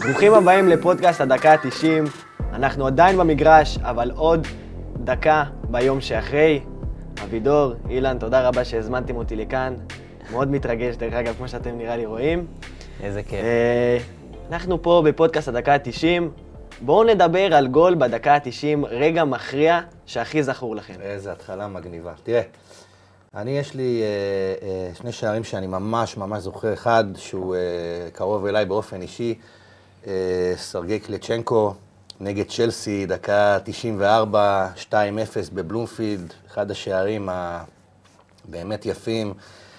ברוכים הבאים לפודקאסט הדקה ה-90. אנחנו עדיין במגרש, אבל עוד דקה ביום שאחרי. אבידור, אילן, תודה רבה שהזמנתם אותי לכאן. מאוד מתרגש, דרך אגב, כמו שאתם נראה לי רואים. איזה כיף. אנחנו פה בפודקאסט הדקה ה-90. בואו נדבר על גול בדקה ה-90, רגע מכריע שהכי זכור לכם. איזה התחלה מגניבה. תראה, יש לי שני שערים שאני ממש זוכר. אחד שהוא קרוב אליי באופן אישי, סרגי קלצ'נקו נגד צ'לסי, דקה 94, 2-0 בבלומפילד, אחד השערים הבאמת יפים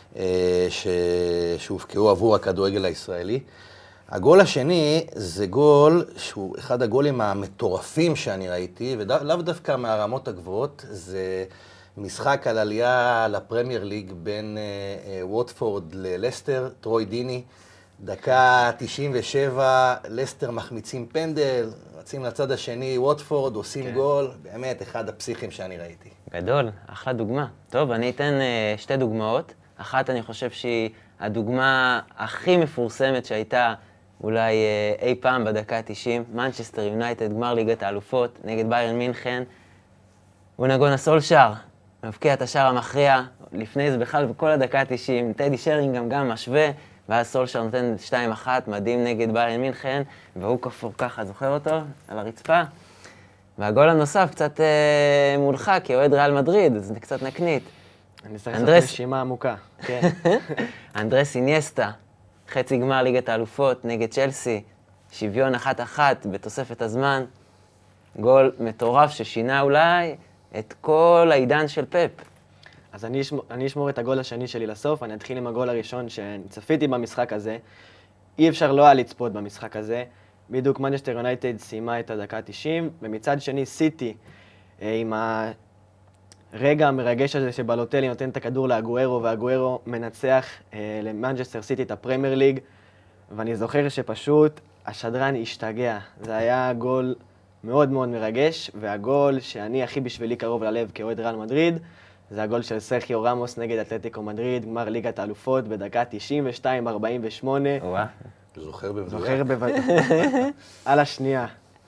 שהופקעו עבור הכדורגל הישראלי. הגול השני זה גול שהוא אחד הגולים המטורפים שאני ראיתי, ולאו דווקא מהרמות הגבוהות, זה משחק על עלייה לפרמייר ליג בין ווטפורד ללסטר, טרוי דיני, דקה 97, לסטר מחמיצים פנדל, רצים לצד השני, ווטפורד עושים גול, באמת אחד הפסיכים שאני ראיתי. גדול, אחלה דוגמה. טוב, אני אתן שתי דוגמאות. אחת אני חושב שהיא הדוגמה הכי מפורסמת שהייתה אולי אי פעם בדקה ה-90, מנצ'סטר יונייטד, גמר ליגת האלופות, נגד ביירן מינכן. אונה גונה סולשר, מבקיע את השער המכריע, לפני זה בכלל בכל הדקה ה-90, טדי שרינגהאם גם משווה, ואז סולשר נותן 2-1, מדהים נגד ביירן מינכן, והוא כפור ככה, זוכר אותו? על הרצפה. והגול הנוסף קצת מולך, כי אוהד ריאל מדריד, אז זה קצת נקנית. אני צריך לעשות נשימה עמוקה. אנדרס אינייסטה, חצי גמר ליגת האלופות נגד צ'לסי, שוויון 1-1 בתוספת הזמן, גול מטורף ששינה אולי את כל העידן של פפ. אז אני אשמור את הגול השני שלי לסוף, אני אתחיל עם הגול הראשון שצפיתי במשחק הזה. אי אפשר לא היה לצפות במשחק הזה. בדיוק מנצ'סטר יונייטד סיימה את הדקה 90, ומצד שני סיטי עם הרגע המרגש הזה שבלוטלי נותן את הכדור לאגוארו, ואגוארו מנצח למנצ'סטר סיטי את הפרמייר ליג, ואני זוכר שפשוט השדרן השתגע. זה היה גול מאוד מרגש, והגול שאני הכי בשבילי קרוב ללב כאוהד ריאל מדריד, זה הגול של סרחיו רמוס נגד אתלטיקו מדריד, גמר ליגת האלופות בדקה 92-48. זוכר בבדוק. זוכר בבדוק. על השנייה.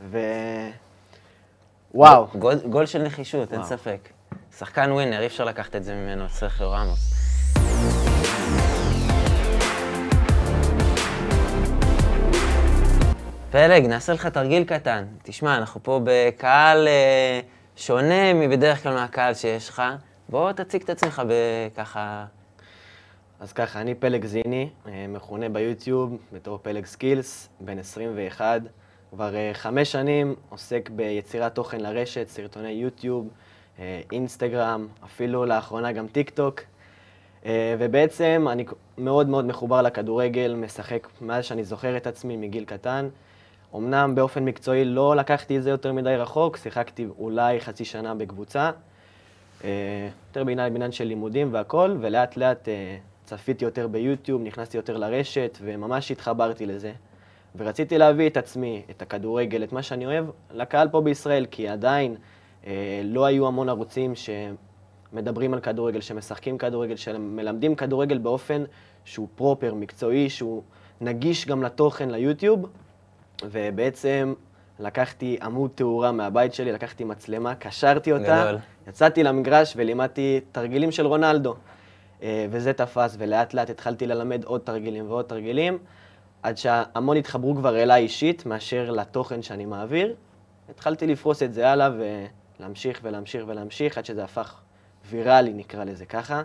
וואו. גול של נחישות, אין ספק. שחקן ווינר, אי אפשר לקחת את זה ממנו, סרחיו רמוס. פלג, נעשה לך תרגיל קטן. תשמע, אנחנו פה בקהל שונה מבדרך כלל מהקהל שיש לך. בוא תציג את עצמך בככה. אז ככה, אני פלג זיני, מכונה ביוטיוב בתור פלג סקילס, בן 21. כבר 5 שנים עוסק ביצירת תוכן לרשת, סרטוני יוטיוב, אינסטגרם, אפילו לאחרונה גם טיק טוק. ובעצם אני מאוד מחובר לכדורגל, משחק מאז שאני זוכר את עצמי מגיל קטן. אמנם באופן מקצועי לא לקחתי את זה יותר מדי רחוק, שיחקתי אולי חצי שנה בקבוצה, יותר בעניין של לימודים והכל, ולאט לאט צפיתי יותר ביוטיוב, נכנסתי יותר לרשת וממש התחברתי לזה. ורציתי להביא את עצמי, את הכדורגל, את מה שאני אוהב, לקהל פה בישראל, כי עדיין לא היו המון ערוצים שמדברים על כדורגל, שמשחקים כדורגל, שמלמדים כדורגל באופן שהוא פרופר, מקצועי, שהוא נגיש גם לתוכן ליוטיוב. ובעצם לקחתי עמוד תאורה מהבית שלי, לקחתי מצלמה, קשרתי אותה, גדול. יצאתי למגרש ולימדתי תרגילים של רונלדו. וזה תפס, ולאט לאט התחלתי ללמד עוד תרגילים ועוד תרגילים, עד שהמון התחברו כבר אליי אישית, מאשר לתוכן שאני מעביר. התחלתי לפרוס את זה הלאה ולהמשיך, עד שזה הפך ויראלי, נקרא לזה ככה.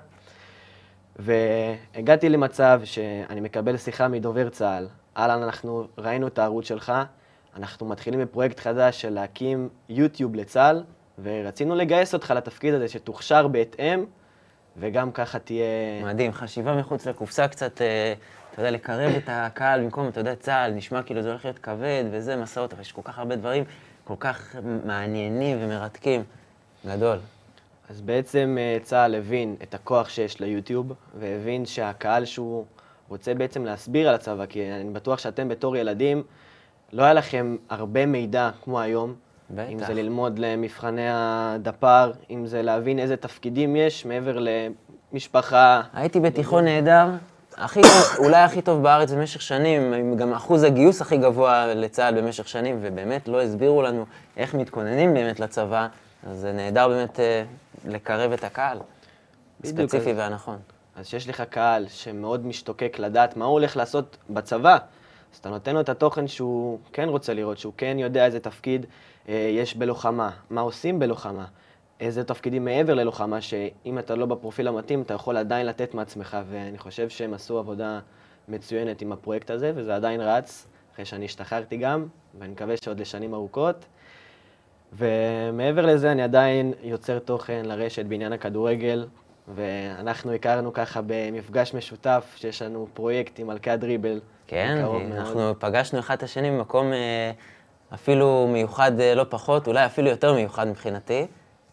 והגעתי למצב שאני מקבל שיחה מדובר צה"ל. אהלן, אנחנו ראינו את הערוץ שלך, אנחנו מתחילים בפרויקט חדש של להקים יוטיוב לצה"ל, ורצינו לגייס אותך לתפקיד הזה שתוכשר בהתאם, וגם ככה תהיה... מדהים, חשיבה מחוץ לקופסה קצת, אתה יודע, לקרב את הקהל במקום, אתה יודע, צה"ל, נשמע כאילו זה הולך להיות כבד וזה, מסעות, אבל יש כל כך הרבה דברים, כל כך מעניינים ומרתקים. גדול. אז בעצם צה"ל הבין את הכוח שיש ליוטיוב, והבין שהקהל שהוא רוצה בעצם להסביר על הצבא, כי אני בטוח שאתם בתור ילדים, לא היה לכם הרבה מידע כמו היום, בטח. אם זה ללמוד למבחני הדפ"ר, אם זה להבין איזה תפקידים יש מעבר למשפחה. הייתי בתיכון נהדר, אולי הכי טוב בארץ במשך שנים, עם גם אחוז הגיוס הכי גבוה לצה"ל במשך שנים, ובאמת לא הסבירו לנו איך מתכוננים באמת לצבא, אז זה נהדר באמת לקרב את הקהל, ספציפי והנכון. אז שיש לך קהל שמאוד משתוקק לדעת מה הוא הולך לעשות בצבא, אז אתה נותן לו את התוכן שהוא כן רוצה לראות, שהוא כן יודע איזה תפקיד יש בלוחמה, מה עושים בלוחמה, איזה תפקידים מעבר ללוחמה, שאם אתה לא בפרופיל המתאים, אתה יכול עדיין לתת מעצמך, ואני חושב שהם עשו עבודה מצוינת עם הפרויקט הזה, וזה עדיין רץ, אחרי שאני השתחררתי גם, ואני מקווה שעוד לשנים ארוכות. ומעבר לזה, אני עדיין יוצר תוכן לרשת בעניין הכדורגל, ואנחנו הכרנו ככה במפגש משותף, שיש לנו פרויקט עם מלכי הדריבל. כן, אנחנו פגשנו אחד את השני במקום אפילו מיוחד לא פחות, אולי אפילו יותר מיוחד מבחינתי.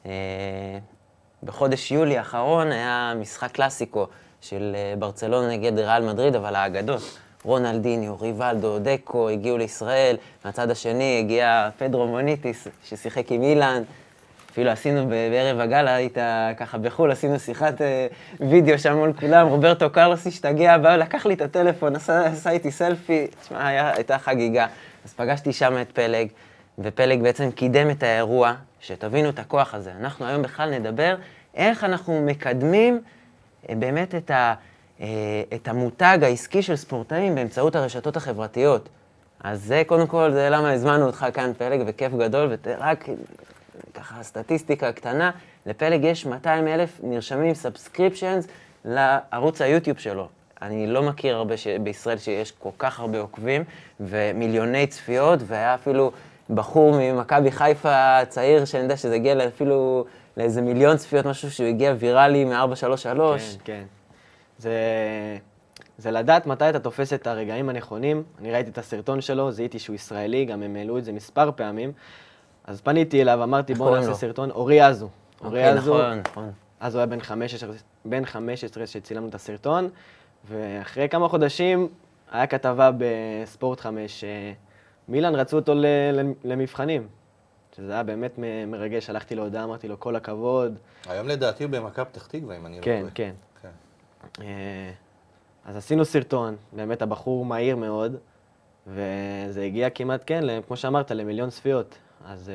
בחודש יולי האחרון היה משחק קלאסיקו של ברצלונה נגד ריאל מדריד, אבל האגדות. רונלדיניו, ריבלדו, דקו הגיעו לישראל, מהצד השני הגיע פדרו מוניטיס ששיחק עם אילן. אפילו עשינו בערב הגלה, היית ככה בחול, עשינו שיחת וידאו שם מול כולם, רוברטו קרלוס השתגע, בא, לקח לי את הטלפון, עשה איתי סלפי, תשמע, הייתה חגיגה. אז פגשתי שם את פלג, ופלג בעצם קידם את האירוע, שתבינו את הכוח הזה. אנחנו היום בכלל נדבר איך אנחנו מקדמים באמת את המותג העסקי של ספורטאים באמצעות הרשתות החברתיות. אז זה קודם כל, זה למה הזמנו אותך כאן פלג, וכיף גדול, ורק ככה סטטיסטיקה קטנה, לפלג יש 200,000 נרשמים, סאבסקריפשנס לערוץ היוטיוב שלו. אני לא מכיר הרבה בישראל שיש כל כך הרבה עוקבים ומיליוני צפיות, והיה אפילו בחור ממכבי חיפה צעיר, שאני יודע שזה הגיע אפילו לאיזה מיליון צפיות, משהו שהוא הגיע ויראלי מ-433. כן, כן. זה לדעת מתי אתה תופס את הרגעים הנכונים. אני ראיתי את הסרטון שלו, זיהיתי שהוא ישראלי, גם הם העלו את זה מספר פעמים. אז פניתי אליו, אמרתי בוא נעשה סרטון, אורי אזו. אוקיי, נכון. אז הוא היה בן 15 שצילמנו את הסרטון, ואחרי כמה חודשים היה כתבה בספורט 5, מילאן רצו אותו למבחנים, שזה היה באמת מרגש, הלכתי להודעה, אמרתי לו כל הכבוד. היום לדעתי הוא במכבי פתח תקווה, אם אני לא טועה. כן. אז עשינו סרטון, באמת הבחור מהיר מאוד, וזה הגיע כמעט, כן, כמו שאמרת, למיליון צפיות. אז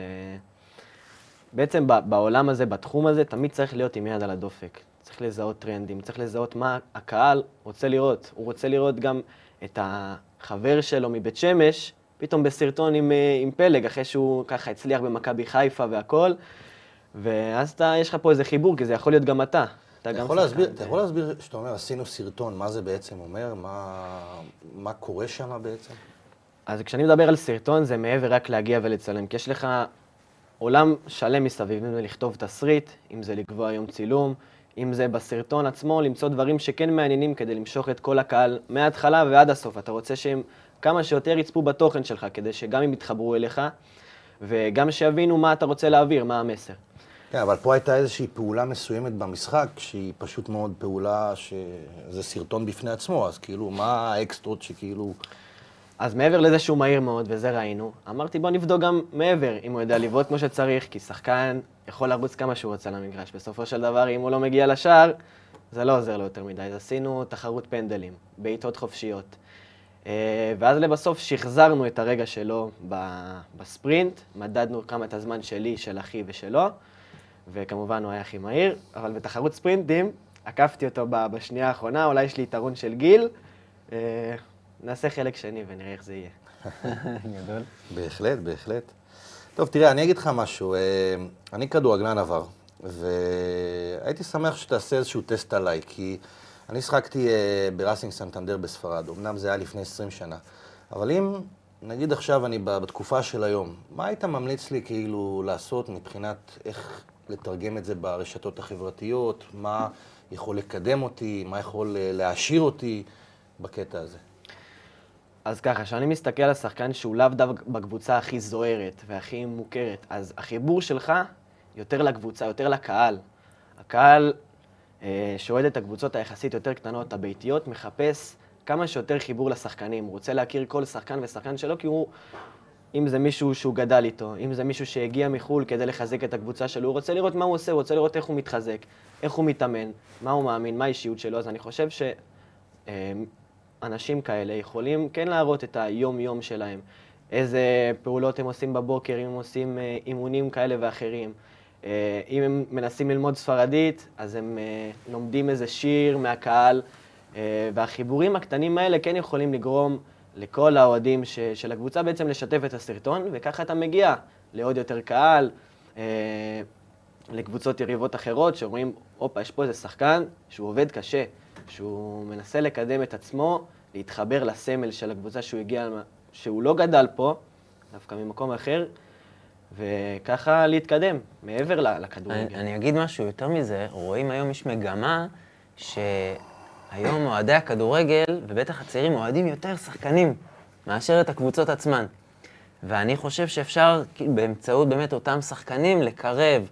בעצם בעולם הזה, בתחום הזה, תמיד צריך להיות עם יד על הדופק. צריך לזהות טרנדים, צריך לזהות מה הקהל רוצה לראות. הוא רוצה לראות גם את החבר שלו מבית שמש, פתאום בסרטון עם פלג, אחרי שהוא ככה הצליח במכבי חיפה והכל, ואז יש לך פה איזה חיבור, כי זה יכול להיות גם אתה. אתה יכול להסביר, שאתה אומר, עשינו סרטון, מה זה בעצם אומר? מה קורה שם בעצם? אז כשאני מדבר על סרטון, זה מעבר רק להגיע ולצלם, כי יש לך עולם שלם מסביב, אם זה לכתוב תסריט, אם זה לקבוע יום צילום, אם זה בסרטון עצמו, למצוא דברים שכן מעניינים כדי למשוך את כל הקהל מההתחלה ועד הסוף. אתה רוצה שהם כמה שיותר יצפו בתוכן שלך, כדי שגם הם יתחברו אליך, וגם שיבינו מה אתה רוצה להעביר, מה המסר. כן, אבל פה הייתה איזושהי פעולה מסוימת במשחק, שהיא פשוט מאוד פעולה שזה סרטון בפני עצמו, אז כאילו, מה האקסטרות שכאילו... אז מעבר לזה שהוא מהיר מאוד, וזה ראינו, אמרתי בוא נבדוק גם מעבר, אם הוא יודע לבעוט כמו שצריך, כי שחקן יכול לרוץ כמה שהוא רוצה למגרש. בסופו של דבר, אם הוא לא מגיע לשער, זה לא עוזר לו יותר מדי. אז עשינו תחרות פנדלים, בעיטות חופשיות. ואז לבסוף שחזרנו את הרגע שלו בספרינט, מדדנו כמה את הזמן שלי, של אחי ושלו, וכמובן הוא היה הכי מהיר, אבל בתחרות ספרינטים עקפתי אותו בשנייה האחרונה, אולי יש לי יתרון של גיל, נעשה חלק שני ונראה איך זה יהיה. גדול. בהחלט, בהחלט. טוב, תראה, אני אגיד לך משהו. אני כדורגלן עבר, והייתי שמח שתעשה איזשהו טסט עליי, כי אני שחקתי בראסינג סנטנדר בספרד, אמנם זה היה לפני 20 שנה. אבל אם, נגיד עכשיו אני בתקופה של היום, מה היית ממליץ לי כאילו לעשות מבחינת איך לתרגם את זה ברשתות החברתיות, מה יכול לקדם אותי, מה יכול להעשיר אותי בקטע הזה? אז ככה, כשאני מסתכל על השחקן שהוא לאו דווקא בקבוצה הכי זוהרת והכי מוכרת, אז החיבור שלך יותר לקבוצה, יותר לקהל. הקהל שאוהד את הקבוצות היחסית יותר קטנות, הביתיות, מחפש כמה שיותר חיבור לשחקנים. הוא רוצה להכיר כל שחקן ושחקן שלו, כי הוא, אם זה מישהו שהוא גדל איתו, אם זה מישהו שהגיע מחול כדי לחזק את הקבוצה שלו, הוא רוצה לראות מה הוא עושה, הוא רוצה לראות איך הוא מתחזק, איך הוא מתאמן, מה הוא מאמין, מה האישיות שלו. אז אני חושב אנשים כאלה יכולים כן להראות את היום-יום שלהם. איזה פעולות הם עושים בבוקר, אם הם עושים אימונים כאלה ואחרים. אם הם מנסים ללמוד ספרדית, אז הם לומדים איזה שיר מהקהל, והחיבורים הקטנים האלה כן יכולים לגרום לכל האוהדים של הקבוצה בעצם לשתף את הסרטון, וככה אתה מגיע לעוד יותר קהל, לקבוצות יריבות אחרות, שרואים, אופה, יש פה איזה שחקן שהוא עובד קשה, שהוא מנסה לקדם את עצמו, להתחבר לסמל של הקבוצה שהוא לא גדל פה, דווקא ממקום אחר, וככה להתקדם, מעבר לכדורגל. אני אגיד משהו יותר מזה, רואים היום יש מגמה שהיום אוהדי הכדורגל, ובטח הצעירים, אוהדים יותר שחקנים מאשר את הקבוצות עצמן. ואני חושב שאפשר באמצעות באמת אותם שחקנים לקרב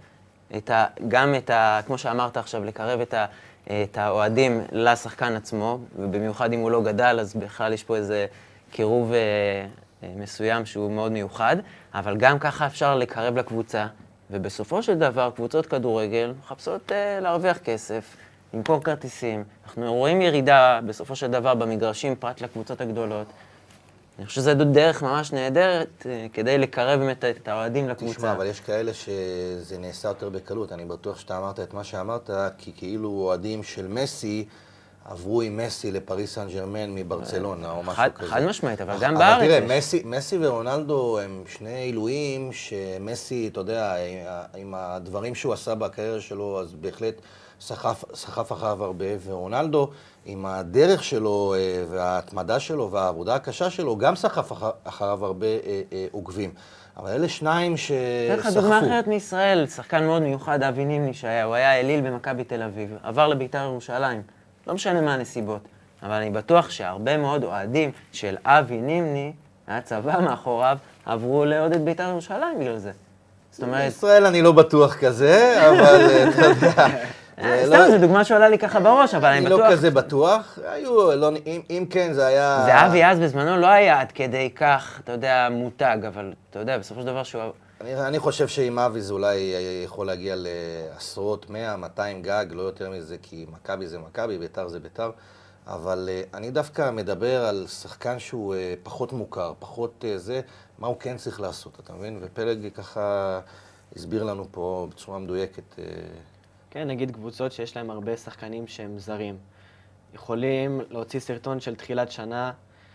כמו שאמרת עכשיו, לקרב את האוהדים לשחקן עצמו, ובמיוחד אם הוא לא גדל, אז בכלל יש פה איזה קירוב מסוים שהוא מאוד מיוחד, אבל גם ככה אפשר לקרב לקבוצה, ובסופו של דבר קבוצות כדורגל מחפשות להרוויח כסף, למכור כרטיסים. אנחנו רואים ירידה בסופו של דבר במגרשים פרט לקבוצות הגדולות. אני חושב שזו דרך ממש נהדרת כדי לקרב באמת את האוהדים לקבוצה. תשמע, אבל יש כאלה שזה נעשה יותר בקלות. אני בטוח שאתה אמרת את מה שאמרת, כי כאילו אוהדים של מסי עברו עם מסי לפריס סן ז'רמן מברצלונה או משהו כזה. חד משמעית, אבל גם בארץ. אבל תראה, מסי ורונלדו הם שני עילויים שמסי, אתה יודע, עם הדברים שהוא עשה בקריירה שלו, אז בהחלט סחף אחריו הרבה, ורונלדו עם הדרך שלו וההתמדה שלו והעבודה הקשה שלו, גם סחף אחריו הרבה עוקבים. אבל אלה שניים שסחפו. אתן לך דוגמה אחרת מישראל, שחקן מאוד מיוחד, אבי נימני שהיה, הוא היה אליל במכבי תל אביב, עבר לבית"ר ירושלים, לא משנה מה הנסיבות, אבל אני בטוח שהרבה מאוד אוהדים של אבי נימני, מהצבא מאחוריו, עברו לעודד בית"ר ירושלים בגלל זה. זאת אומרת... בישראל אני לא בטוח כזה, אבל אתה יודע... סתם, זו דוגמה שעולה לי ככה בראש, אבל אני בטוח... אני לא כזה בטוח, אם כן זה היה... זהבי אז בזמנו לא היה עד כדי כך, אתה יודע, מותג, אבל אתה יודע, בסופו של דבר שהוא... אני חושב שעם אבי זה אולי יכול להגיע לעשרות, 100, 200 גג, לא יותר מזה, כי מכבי זה מכבי, בית"ר זה בית"ר, אבל אני דווקא מדבר על שחקן שהוא פחות מוכר, פחות זה, מה הוא כן צריך לעשות, אתה מבין? ופלג ככה הסביר לנו פה בצורה מדויקת. כן, נגיד קבוצות שיש להם הרבה שחקנים שהם זרים. יכולים להוציא סרטון של תחילת שנה,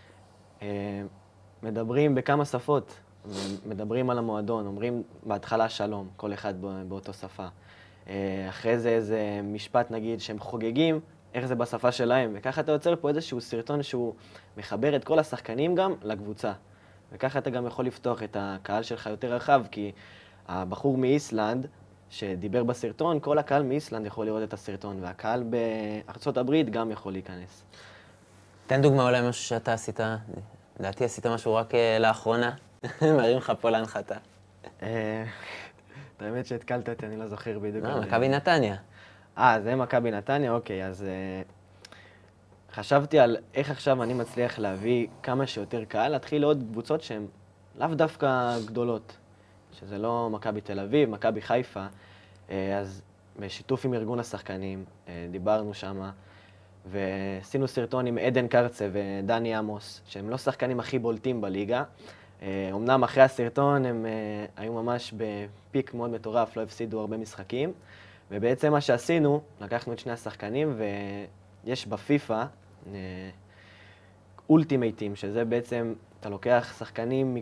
מדברים בכמה שפות, מדברים על המועדון, אומרים בהתחלה שלום, כל אחד באותו שפה. אחרי זה איזה משפט נגיד שהם חוגגים, איך זה בשפה שלהם, וככה אתה יוצר פה איזשהו סרטון שהוא מחבר את כל השחקנים גם לקבוצה. וככה אתה גם יכול לפתוח את הקהל שלך יותר רחב, כי הבחור מאיסלנד, שדיבר בסרטון, כל הקהל מאיסלנד יכול לראות את הסרטון, והקהל בארצות הברית גם יכול להיכנס. תן דוגמה אולי משהו שאתה עשית, לדעתי עשית משהו רק לאחרונה, מרים לך פה להנחתה. האמת שהתקלת אותי, אני לא זוכר בדיוק. מכבי נתניה. זה מכבי נתניה, אוקיי, אז חשבתי על איך עכשיו אני מצליח להביא כמה שיותר קהל, להתחיל עוד קבוצות שהן לאו דווקא גדולות. שזה לא מכבי תל אביב, מכבי חיפה, אז בשיתוף עם ארגון השחקנים, דיברנו שם, ועשינו סרטון עם עדן קרצה ודני עמוס, שהם לא שחקנים הכי בולטים בליגה. אמנם אחרי הסרטון הם היו ממש בפיק מאוד מטורף, לא הפסידו הרבה משחקים, ובעצם מה שעשינו, לקחנו את שני השחקנים, ויש בפיפה אולטימייטים, שזה בעצם, אתה לוקח שחקנים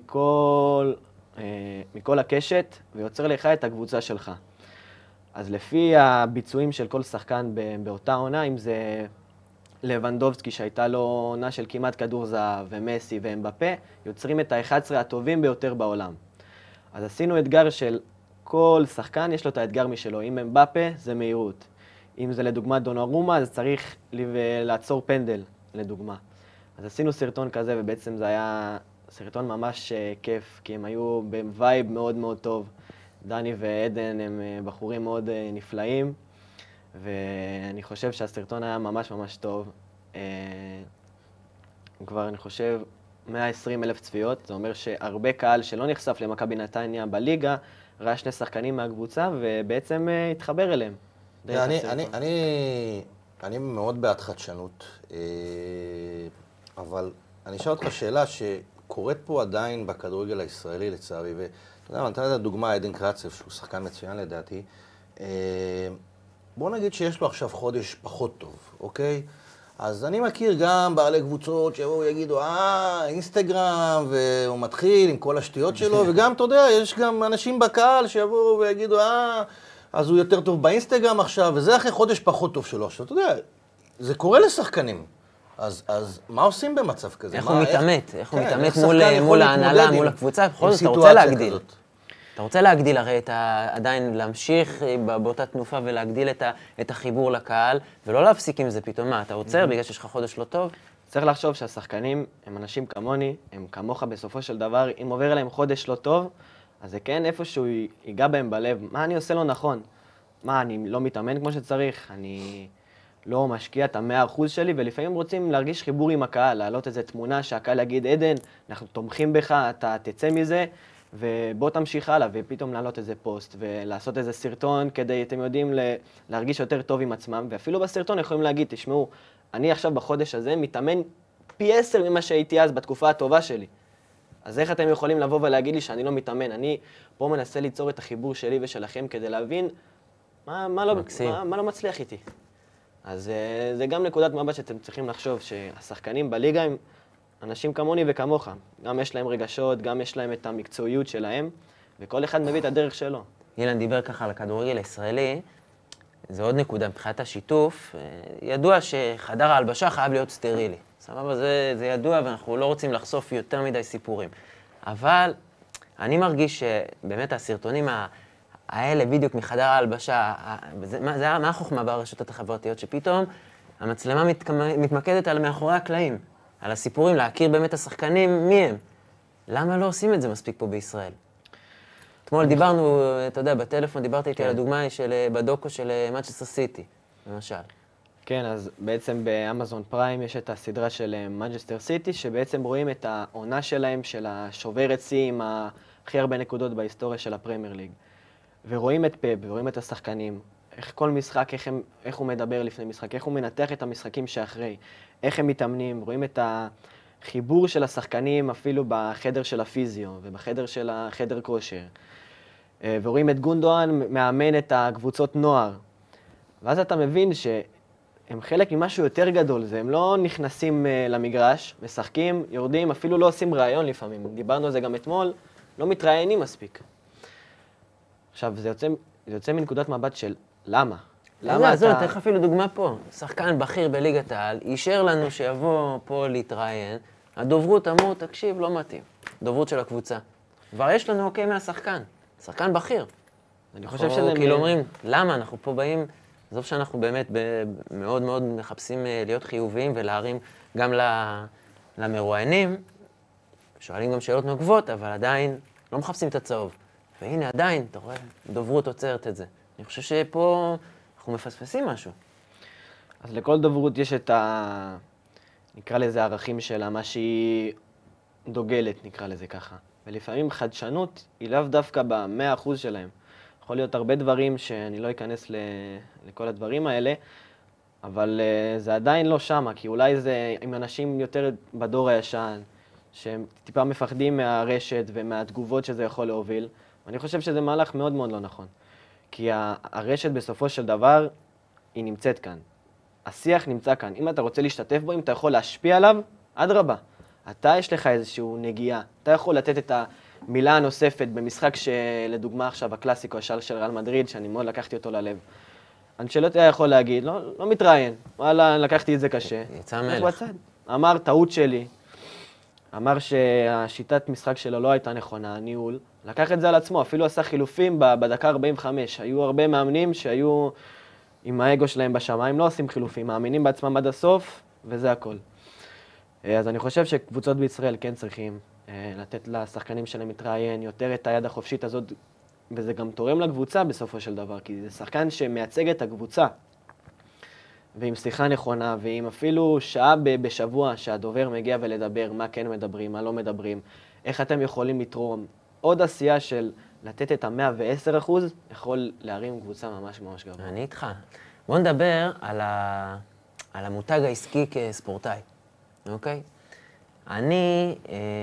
מכל הקשת, ויוצר לך את הקבוצה שלך. אז לפי הביצועים של כל שחקן באותה עונה, אם זה לבנדובסקי שהייתה לו עונה של כמעט כדור זהב, ומסי ואמבפה, יוצרים את ה-11 הטובים ביותר בעולם. אז עשינו אתגר של כל שחקן, יש לו את האתגר משלו. אם אמבפה, זה מהירות. אם זה לדוגמה דונרומה, אז צריך לעצור פנדל, לדוגמה. אז עשינו סרטון כזה, ובעצם זה היה סרטון ממש כיף, כי הם היו בווייב מאוד מאוד טוב. דני ועדן הם בחורים מאוד נפלאים, ואני חושב שהסרטון היה ממש ממש טוב. כבר אני חושב 120,000 צפיות, זה אומר שהרבה קהל שלא נחשף למכבי נתניה בליגה, ראה שני שחקנים מהקבוצה ובעצם התחבר אליהם. אני אני מאוד בעד חדשנות, אבל אני אשאל אותך שאלה שקורית פה עדיין בכדורגל הישראלי לצערי, ואתה יודע, נתן את הדוגמה עדן קרצב, שהוא שחקן מצוין לדעתי. בוא נגיד שיש לו עכשיו חודש פחות טוב, אוקיי? אז אני מכיר גם בעלי קבוצות שיבואו ויגידו, אינסטגרם, והוא מתחיל עם כל השטויות שלו, וגם, אתה יודע, יש גם אנשים בקהל שיבואו ויגידו, אז הוא יותר טוב באינסטגרם עכשיו, וזה אחרי חודש פחות טוב שלו. עכשיו, אתה יודע, זה קורה לשחקנים. אז מה עושים במצב כזה? איך הוא מתאמת? איך הוא מתאמת שחקן מול יכול ההנהלה, להתמודד מול עם הקבוצה? בכל זאת, אתה רוצה סיטואציה להגדיל. כזאת? אתה רוצה להגדיל הרי עדיין להמשיך באותה תנופה ולהגדיל את החיבור לקהל, ולא להפסיק עם זה פתאום. מה, אתה עוצר בגלל שיש לך חודש לא טוב? צריך לחשוב שהשחקנים הם אנשים כמוני, הם כמוך בסופו של דבר, אם עובר אליהם חודש לא טוב, אז זה כן איפשהו ייגע בהם בלב. מה אני עושה לא נכון? מה, אני לא מתאמן כמו שצריך? אני לא משקיע את ה100% שלי, ולפעמים רוצים להרגיש חיבור עם הקהל, להעלות איזו תמונה שהקהל יגיד, עדן, אנחנו תומכים בך, אתה תצא מזה, ובוא תמשיך הלאה, ופתאום להעלות איזה פוסט, ולעשות איזה סרטון כדי, אתם יודעים, להרגיש יותר טוב עם עצמם, ואפילו בסרטון יכולים להגיד, תשמעו, אני עכשיו בחודש הזה מתאמן פי 10 ממה שהייתי אז בתקופה הטובה שלי. אז איך אתם יכולים לבוא ולהגיד לי שאני לא מתאמן? אני פה מנסה ליצור את החיבור שלי ושלכם כדי להבין מה לא מצליח איתי. אז זה גם נקודת מבט שאתם צריכים לחשוב, שהשחקנים בליגה הם אנשים כמוני וכמוך. גם יש להם רגשות, גם יש להם את המקצועיות שלהם, וכל אחד מביא את הדרך שלו. אילן דיבר ככה על הכדורגל הישראלי, זה עוד נקודה מבחינת השיתוף. ידוע שחדר ההלבשה חייב להיות סטרילי. סבבה, זה ידוע ואנחנו לא רוצים לחשוף יותר מדי סיפורים. אבל אני מרגיש שבאמת הסרטונים האלה בדיוק מחדר ההלבשה, מה החוכמה ברשתות החברתיות? שפתאום המצלמה מתמקדת על מאחורי הקלעים, על הסיפורים, להכיר באמת השחקנים, מי הם. למה לא עושים את זה מספיק פה בישראל? אתמול דיברנו, אתה יודע, בטלפון דיברת איתי על הדוגמה בדוקו של מנצ'סטר סיטי, למשל. כן, אז בעצם באמזון פריים יש את הסדרה של מנצ'סטר סיטי, שבעצם רואים את העונה שלהם, של השוברת שיא עם הכי הרבה נקודות בהיסטוריה של הפרמייר ליג. ורואים את פפ, ורואים את השחקנים, איך כל משחק, איך הוא מדבר לפני משחק, איך הוא מנתח את המשחקים שאחרי, איך הם מתאמנים, רואים את החיבור של השחקנים אפילו בחדר של הפיזיו ובחדר של החדר כושר. ורואים את גונדואן מאמן את הקבוצות נוער. ואז אתה מבין שהם חלק ממשהו יותר גדול, הם לא נכנסים למגרש, משחקים, יורדים, אפילו לא עושים רעיון לפעמים. דיברנו על זה גם אתמול, לא מתראיינים מספיק. עכשיו, זה יוצא מנקודת מבט של למה? למה אתה... אתן לך אפילו דוגמה פה. שחקן בכיר בליגת העל, אישר לנו שיבוא פה להתראיין, הדוברות אמרו, תקשיב, לא מתאים. דוברות של הקבוצה. כבר יש לנו אוקיי מהשחקן. שחקן בכיר. אני חושב שזה... כאילו אומרים, למה? אנחנו פה באים, עזוב שאנחנו באמת מאוד מאוד מחפשים להיות חיוביים ולהרים גם למרואיינים, שואלים גם שאלות נוקבות, אבל עדיין לא מחפשים את הצהוב. והנה עדיין, אתה רואה, דוברות עוצרת את זה. אני חושב שפה אנחנו מפספסים משהו. אז לכל דוברות יש את נקרא לזה ערכים שלה, מה שהיא דוגלת, נקרא לזה ככה. ולפעמים חדשנות היא לאו דווקא ב100% שלהם. יכול להיות הרבה דברים שאני לא אכנס לכל הדברים האלה, אבל זה עדיין לא שמה, כי אולי זה עם אנשים יותר בדור הישן, שהם טיפה מפחדים מהרשת ומהתגובות שזה יכול להוביל. ואני חושב שזה מהלך מאוד מאוד לא נכון. כי הרשת בסופו של דבר היא נמצאת כאן. השיח נמצא כאן. אם אתה רוצה להשתתף בו, אם אתה יכול להשפיע עליו, אדרבה. אתה יש לך איזשהו נגיעה. אתה יכול לתת את המילה הנוספת במשחק שלדוגמה עכשיו הקלאסיקו השאר של ריאל מדריד, שאני מאוד לקחתי אותו ללב. אנצ'לוטי היה יכול להגיד, לא מתראיין. וואלה, לקחתי את זה קשה. יצא מלך. אמר, טעות שלי. אמר שהשיטת משחק שלו לא הייתה נכונה, הניהול. לקח את זה על עצמו, אפילו עשה חילופים בדקה 45. היו הרבה מאמנים שהיו עם האגו שלהם בשמיים, לא עושים חילופים, מאמינים בעצמם עד הסוף, וזה הכל. אז אני חושב שקבוצות בישראל כן צריכים לתת לשחקנים שלהם מתראיין יותר את היד החופשית הזאת, וזה גם תורם לקבוצה בסופו של דבר, כי זה שחקן שמייצג את הקבוצה. ועם שיחה נכונה, ועם אפילו שעה בשבוע שהדובר מגיע ולדבר, מה כן מדברים, מה לא מדברים, איך אתם יכולים לתרום. עוד עשייה של לתת את ה110% יכול להרים קבוצה ממש ממש גבוה. אני איתך. בוא נדבר על המותג העסקי כספורטאי, אוקיי? אני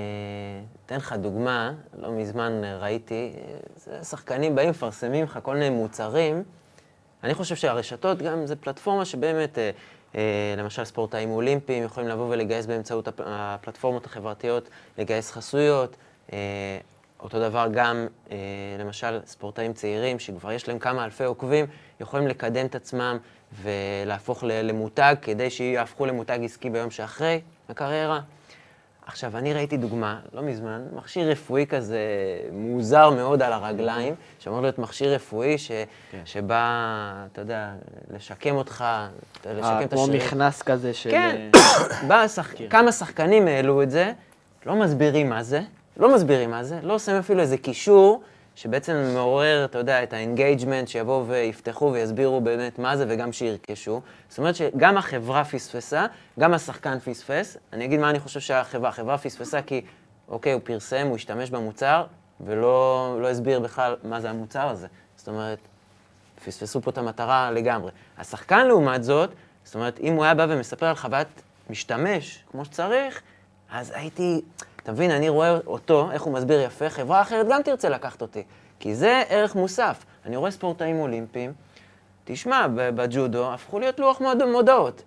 אתן לך דוגמה, לא מזמן ראיתי, שחקנים באים, מפרסמים לך כל מיני מוצרים. אני חושב שהרשתות גם זה פלטפורמה שבאמת, למשל ספורטאים אולימפיים יכולים לבוא ולגייס באמצעות הפלטפורמות החברתיות, לגייס חסויות. אותו דבר גם, למשל, ספורטאים צעירים שכבר יש להם כמה אלפי עוקבים, יכולים לקדם את עצמם ולהפוך למותג כדי שיהפכו למותג עסקי ביום שאחרי הקריירה. עכשיו, אני ראיתי דוגמה, לא מזמן, מכשיר רפואי כזה מוזר מאוד על הרגליים, שאמור להיות מכשיר רפואי שבא, אתה יודע, לשקם אותך, לשקם את כמו השרירים. מכנס כזה של... כן, כמה שחקנים העלו את זה, לא מסבירים מה זה, לא עושים אפילו איזה קישור, שבעצם מעורר, אתה יודע, את האנגייג'מנט, שיבואו ויפתחו ויסבירו באמת מה זה וגם שירכשו. זאת אומרת שגם החברה פספסה, גם השחקן פספס. אני אגיד מה אני חושב החברה פספסה, כי אוקיי, הוא פרסם, הוא השתמש במוצר, ולא הסביר בכלל מה זה המוצר הזה. זאת אומרת, פספסו פה את המטרה לגמרי. השחקן לעומת זאת, זאת אומרת, אם הוא היה בא ומספר על חוויית משתמש כמו שצריך, אז הייתי... אתה מבין, אני רואה אותו, איך הוא מסביר יפה, חברה אחרת גם תרצה לקחת אותי. כי זה ערך מוסף. אני רואה ספורטאים אולימפיים, תשמע, בג'ודו הפכו להיות לוח מודעות.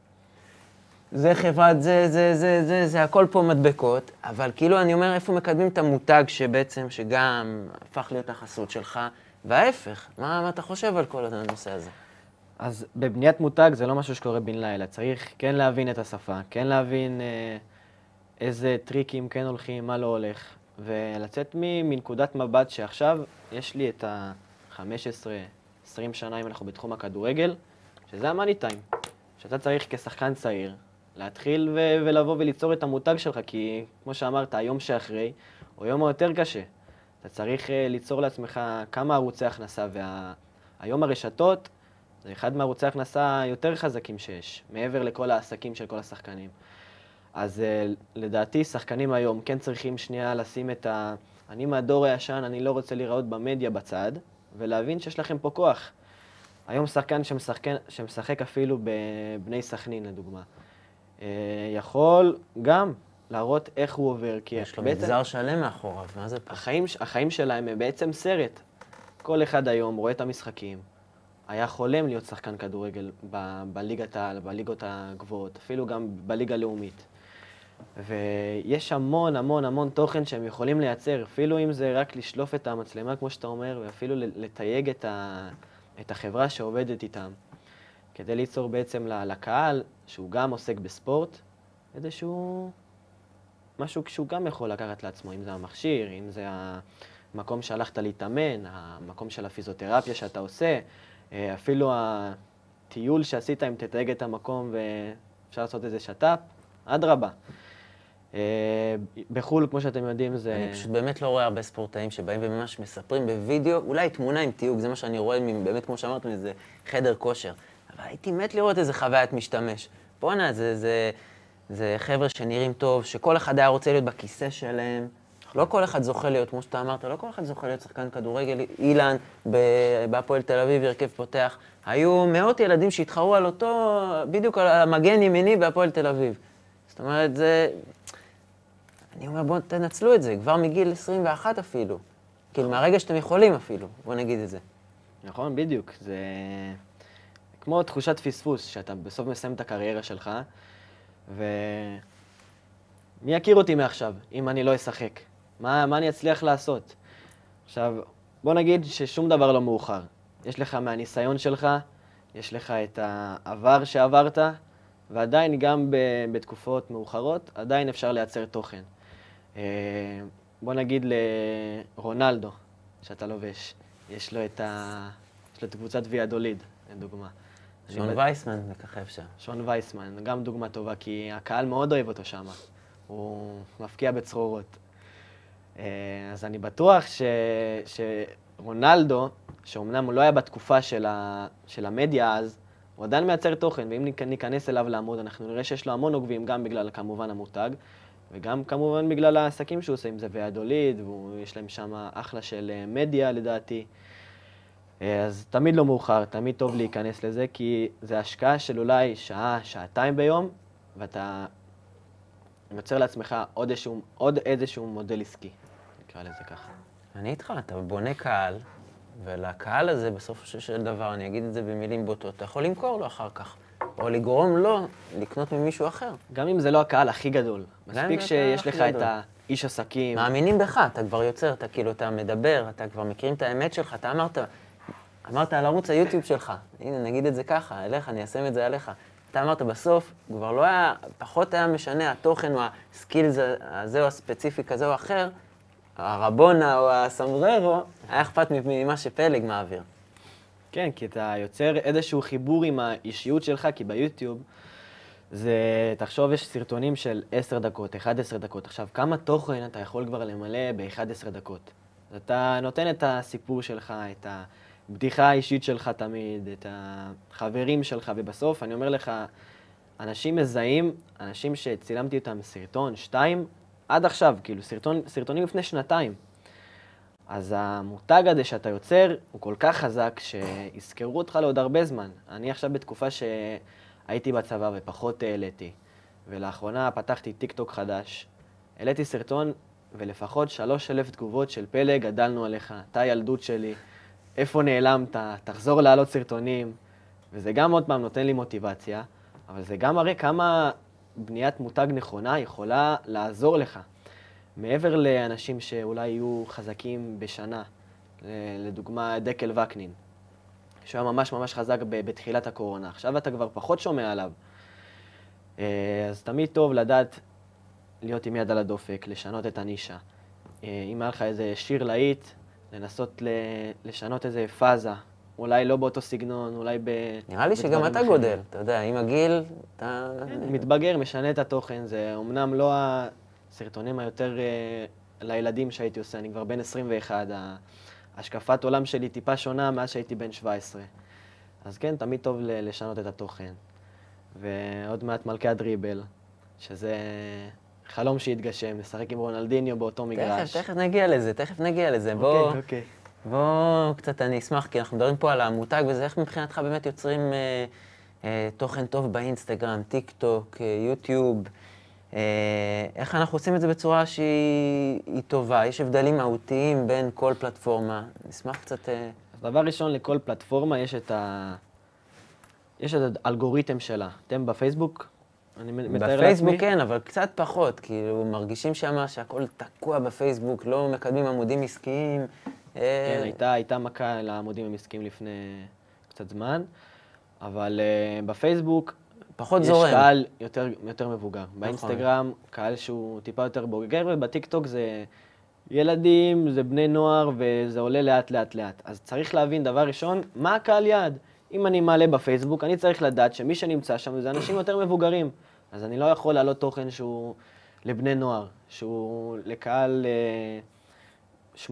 זה חברת, זה הכל פה מדבקות, אבל כאילו אני אומר, איפה מקדמים את המותג שבעצם, שגם הפך להיות החסות שלך, וההפך, מה אתה חושב על כל הנושא הזה? אז בבניית מותג זה לא משהו שקורה בן לילה. צריך כן להבין את השפה, כן להבין... איזה טריקים כן הולכים, מה לא הולך, ולצאת מנקודת מבט שעכשיו יש לי את ה-15-20 שנה, אם אנחנו בתחום הכדורגל, שזה המאני טיים, שאתה צריך כשחקן צעיר להתחיל ולבוא וליצור את המותג שלך, כי כמו שאמרת, היום שאחרי, הוא יום יותר קשה. אתה צריך ליצור לעצמך כמה ערוצי הכנסה, והיום הרשתות זה אחד מערוצי הכנסה יותר חזקים שיש, מעבר לכל העסקים של כל השחקנים. אז לדעתי, שחקנים היום כן צריכים שנייה לשים את אני מהדור הישן, אני לא רוצה להיראות במדיה בצד, ולהבין שיש לכם פה כוח. היום שחקן שמשחק אפילו בבני סכנין, לדוגמה, יכול גם להראות איך הוא עובר. יש לו מגזר שלם מאחוריו, מה זה פה? החיים שלהם הם בעצם סרט. כל אחד היום רואה את המשחקים. היה חולם להיות שחקן כדורגל בליגות הגבוהות, אפילו גם בליגה הלאומית. ויש המון המון המון תוכן שהם יכולים לייצר, אפילו אם זה רק לשלוף את המצלמה, כמו שאתה אומר, ואפילו לתייג את החברה שעובדת איתם, כדי ליצור בעצם לקהל, שהוא גם עוסק בספורט, איזשהו משהו שהוא גם יכול לקחת לעצמו, אם זה המכשיר, אם זה המקום שהלכת להתאמן, המקום של הפיזיותרפיה שאתה עושה, אפילו הטיול שעשית אם תתייג את המקום ואפשר לעשות איזה שטאפ, אדרבה. בחול, כמו שאתם יודעים, זה... אני פשוט באמת לא רואה הרבה ספורטאים שבאים וממש מספרים בווידאו, אולי תמונה עם תיוג, זה מה שאני רואה, באמת כמו שאמרתם, איזה חדר כושר. אבל הייתי מת לראות איזה חוויית משתמש. בוא'נה, זה חבר'ה שנראים טוב, שכל אחד היה רוצה להיות בכיסא שלהם. לא כל אחד זוכה להיות, כמו שאתה אמרת, לא כל אחד זוכה להיות שחקן כדורגל. אילן, בהפועל תל אביב, הרכב פותח. היו מאות ילדים שהתחרו על אותו, בדיוק על המגן ימיני בהפועל תל אביב. זאת אומרת, אני אומר, בואו תנצלו את זה, כבר מגיל 21 אפילו. כאילו, מהרגע שאתם יכולים אפילו, בואו נגיד את זה. נכון, בדיוק. זה כמו תחושת פספוס, שאתה בסוף מסיים את הקריירה שלך, ומי יכיר אותי מעכשיו, אם אני לא אשחק? מה אני אצליח לעשות? עכשיו, בוא נגיד ששום דבר לא מאוחר. יש לך מהניסיון שלך, יש לך את העבר שעברת, ועדיין גם בתקופות מאוחרות, עדיין אפשר לייצר תוכן. בוא נגיד לרונלדו, שאתה לובש, יש לו את קבוצת ויאדוליד, לדוגמה. שון וייסמן מככב שם. שון וייסמן, גם דוגמה טובה, כי הקהל מאוד אוהב אותו שם. הוא מפקיע בצרורות. אז אני בטוח שרונלדו, שאומנם הוא לא היה בתקופה של המדיה אז, הוא עדיין מייצר תוכן, ואם ניכנס אליו לעמוד, אנחנו נראה שיש לו המון עוקבים, גם בגלל כמובן המותג, וגם כמובן בגלל העסקים שהוא עושה, אם זה ויאדוליד, ויש להם שם אחלה של מדיה לדעתי. אז תמיד לא מאוחר, תמיד טוב להיכנס לזה, כי זה השקעה של אולי שעה, שעתיים ביום, ואתה יוצר לעצמך עוד איזשהו מודל עסקי, נקרא לזה ככה. אני איתך, אתה בונה קהל, ולקהל הזה בסופו של דבר, אני אגיד את זה במילים בוטות, אתה יכול למכור לו אחר כך, או לגרום לו לקנות ממישהו אחר. גם אם זה לא הקהל הכי גדול, מספיק שיש לך את האיש עסקים. מאמינים בך, אתה כבר יוצר, אתה כאילו, אתה מדבר, אתה כבר מכירים את האמת שלך, אתה אמרת על ערוץ היוטיוב שלך, הנה נגיד את זה ככה, אליך, אני אשים את זה עליך. אתה אמרת בסוף, כבר לא היה, פחות היה משנה התוכן או הסקילס הזה או הספציפי כזה או אחר, הרבונה או הסמבררו, היה אכפת ממה שפלג מעביר. כן, כי אתה יוצר איזשהו חיבור עם האישיות שלך, כי ביוטיוב זה, תחשוב, יש סרטונים של 10 דקות, 11 דקות. עכשיו, כמה תוכן אתה יכול כבר למלא ב-11 דקות? אתה נותן את הסיפור שלך, את הבדיחה האישית שלך תמיד, את החברים שלך, ובסוף אני אומר לך, אנשים מזהים, אנשים שצילמתי אותם סרטון, 2, עד עכשיו, כאילו, סרטונים לפני 2. אז המותג הזה שאתה יוצר הוא כל כך חזק שיזכרו אותך לעוד הרבה זמן. אני עכשיו בתקופה שהייתי בצבא ופחות העליתי, ולאחרונה פתחתי טיק טוק חדש. העליתי סרטון ולפחות 3,000 תגובות של פלג, גדלנו עליך, אתה ילדות שלי, איפה נעלמת, תחזור לעלות סרטונים. וזה גם עוד פעם נותן לי מוטיבציה, אבל זה גם מראה כמה בניית מותג נכונה יכולה לעזור לך. מעבר לאנשים שאולי יהיו חזקים בשנה, לדוגמה דקל וקנין, שהוא היה ממש ממש חזק בתחילת הקורונה. עכשיו אתה כבר פחות שומע עליו. אז תמיד טוב לדעת להיות עם יד על הדופק, לשנות את הנישה. אם היה לך איזה שיר להיט, לנסות לשנות איזה פאזה. אולי לא באותו סגנון, אולי נראה לי שגם אתה גודל, אתה יודע, עם הגיל, אתה... מתבגר, משנה את התוכן, זה אומנם לא הסרטונים היותר לילדים שהייתי עושה, אני כבר בן 21, השקפת עולם שלי טיפה שונה מאז שהייתי בן 17. אז כן, תמיד טוב לשנות את התוכן. ועוד מעט מלכי הדריבל, שזה חלום שהתגשם, לשחק עם רונלדיניו באותו מגרש. תכף נגיע לזה, אוקיי. בוא קצת, אני אשמח, כי אנחנו מדברים פה על המותג וזה, איך מבחינתך באמת יוצרים תוכן טוב באינסטגרם, טיק טוק, יוטיוב, איך אנחנו עושים את זה בצורה שהיא טובה? יש הבדלים מהותיים בין כל פלטפורמה, נשמח קצת... אז דבר ראשון, לכל פלטפורמה יש את האלגוריתם שלה. אתם בפייסבוק? אני מתאר לעצמי. בפייסבוק כן, אבל קצת פחות, כאילו מרגישים שמה שהכל תקוע בפייסבוק, לא מקדמים עמודים עסקיים. כן, הייתה מכה לעמודים העסקיים לפני קצת זמן, אבל בפייסבוק פחות יש זורם. קהל יותר מבוגר. באינסטגרם קהל שהוא טיפה יותר בוגר, ובטיקטוק זה ילדים, זה בני נוער, וזה עולה לאט לאט לאט. אז צריך להבין דבר ראשון, מה הקהל יעד? אם אני מעלה בפייסבוק, אני צריך לדעת שמי שנמצא שם זה אנשים יותר מבוגרים. אז אני לא יכול להעלות תוכן שהוא לבני נוער, שהוא לקהל 18-22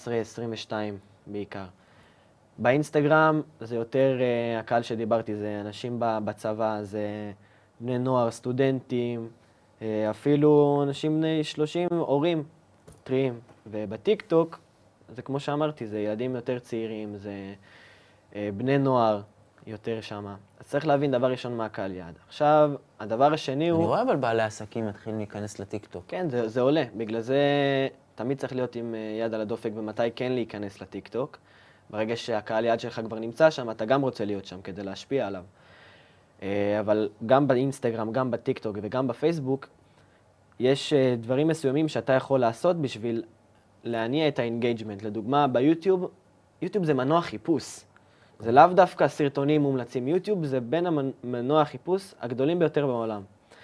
בעיקר. באינסטגרם זה יותר הקהל שדיברתי, זה אנשים בצבא, זה בני נוער, סטודנטים, אפילו אנשים בני 30, הורים, טריים. ובטיקטוק, זה כמו שאמרתי, זה ילדים יותר צעירים, זה בני נוער יותר שמה. אז צריך להבין דבר ראשון מה הקהל יעד. עכשיו, הדבר השני הוא... אני רואה אבל בעלי עסקים מתחילים להיכנס לטיקטוק. כן, זה עולה. בגלל זה תמיד צריך להיות עם יד על הדופק ומתי כן להיכנס לטיקטוק. ברגע שהקהל יעד שלך כבר נמצא שם, אתה גם רוצה להיות שם כדי להשפיע עליו. אבל גם באינסטגרם, גם בטיקטוק וגם בפייסבוק, יש דברים מסוימים שאתה יכול לעשות בשביל להניע את האינגייג'מנט. לדוגמה, ביוטיוב, יוטיוב זה מנוע חיפוש. זה לאו דווקא סרטונים מומלצים. יוטיוב זה בין המנוע החיפוש הגדולים ביותר בעולם.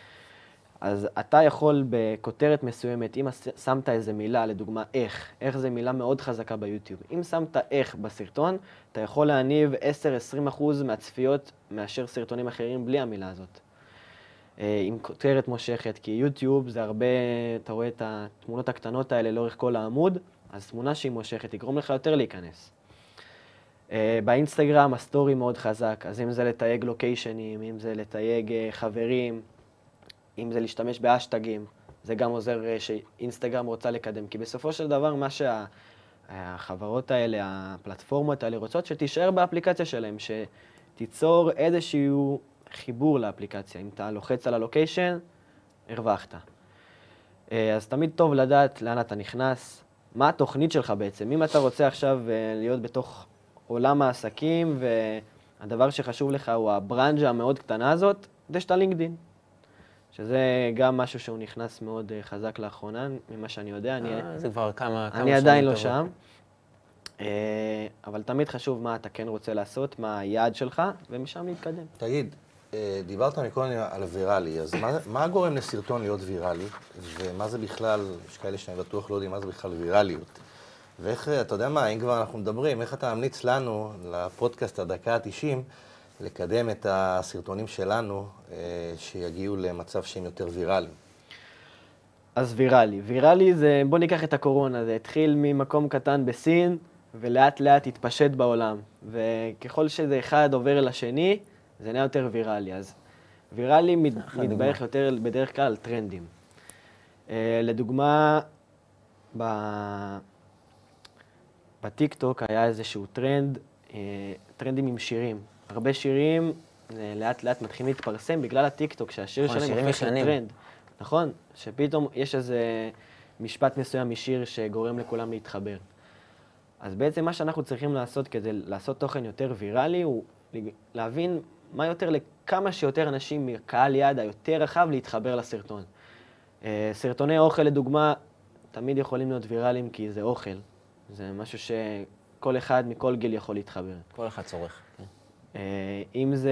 אז אתה יכול בכותרת מסוימת, אם שמת איזה מילה, לדוגמה איך זה מילה מאוד חזקה ביוטיוב. אם שמת איך בסרטון, אתה יכול להניב 10-20% מהצפיות מאשר סרטונים אחרים בלי המילה הזאת. עם כותרת מושכת, כי יוטיוב זה הרבה, אתה רואה את התמונות הקטנות האלה לאורך כל העמוד, אז תמונה שהיא מושכת תגרום לך יותר להיכנס. באינסטגרם הסטורי מאוד חזק, אז אם זה לתייג לוקיישנים, אם זה לתייג חברים, אם זה להשתמש בהשטגים, זה גם עוזר שאינסטגרם רוצה לקדם, כי בסופו של דבר מה החברות האלה, הפלטפורמות האלה, רוצות שתישאר באפליקציה שלהם, שתיצור איזשהו חיבור לאפליקציה. אם אתה לוחץ על הלוקיישן, הרווחת. אז תמיד טוב לדעת לאן אתה נכנס, מה התוכנית שלך בעצם. אם אתה רוצה עכשיו להיות בתוך עולם העסקים, והדבר שחשוב לך הוא הברנז'ה המאוד קטנה הזאת, יש את הלינקדין. שזה גם משהו שהוא נכנס מאוד חזק לאחרונה, ממה שאני יודע. זה כבר כמה אני עדיין לא שם. אבל תמיד חשוב מה אתה כן רוצה לעשות, מה היעד שלך, ומשם להתקדם. תגיד, דיברת מקודם על ויראלי, אז מה גורם לסרטון להיות ויראלי? ומה זה בכלל, יש כאלה שאני בטוח לא יודעים מה זה בכלל ויראליות. ואיך, אתה יודע מה, אם כבר אנחנו מדברים, איך אתה ממליץ לנו, לפודקאסט הדקה ה-90, לקדם את הסרטונים שלנו, שיגיעו למצב שהם יותר ויראליים? אז ויראלי זה, בוא ניקח את הקורונה, זה התחיל ממקום קטן בסין, ולאט לאט התפשט בעולם. וככל שזה אחד עובר לשני, זה נהיה יותר ויראלי. אז ויראלי מתברך יותר בדרך כלל על טרנדים. לדוגמה, בטיק-טוק היה איזשהו טרנדים עם שירים. הרבה שירים לאט לאט מתחילים להתפרסם בגלל הטיק-טוק, שהשיר שלהם הופך לטרנד. נכון? שפתאום יש איזה משפט מסוים משיר שגורם לכולם להתחבר. אז בעצם מה שאנחנו צריכים לעשות כדי לעשות תוכן יותר ויראלי, הוא להבין מה יותר לכמה שיותר אנשים מקהל יעד היותר רחב להתחבר לסרטון. סרטוני אוכל לדוגמה תמיד יכולים להיות ויראליים כי זה אוכל. זה משהו שכל אחד מכל גיל יכול להתחבר. כל אחד צורך. אם זה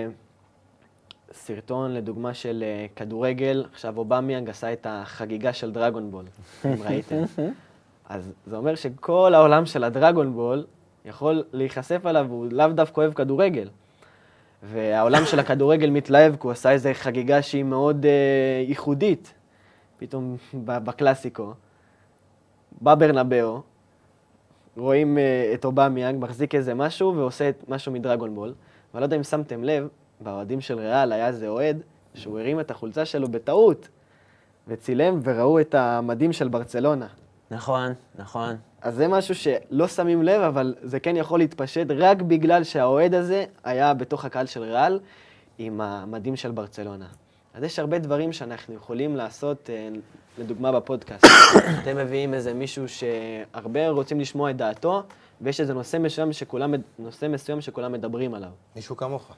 סרטון לדוגמה של כדורגל, עכשיו אובמיאנג עשה את החגיגה של דרגון בול, אם ראיתם. אז זה אומר שכל העולם של הדרגון בול יכול להיחשף עליו, הוא לאו דווקא אוהב כדורגל. והעולם של הכדורגל מתלהב, כי הוא עשה איזו חגיגה שהיא מאוד ייחודית. פתאום בקלאסיקו, בברנבאו, רואים את אובמיאנג, מחזיק איזה משהו ועושה משהו מדרגון בול. ואני לא יודע אם שמתם לב, באוהדים של ריאל היה איזה אוהד שהוא הרים את החולצה שלו בטעות, וצילם וראו את המדים של ברצלונה. נכון, נכון. אז זה משהו שלא שמים לב, אבל זה כן יכול להתפשט רק בגלל שהאוהד הזה היה בתוך הקהל של ריאל עם המדים של ברצלונה. אז יש הרבה דברים שאנחנו יכולים לעשות, לדוגמה בפודקאסט. אתם מביאים איזה מישהו שהרבה רוצים לשמוע את דעתו, ויש איזה נושא מסוים שכולם מדברים עליו. מישהו כמוך.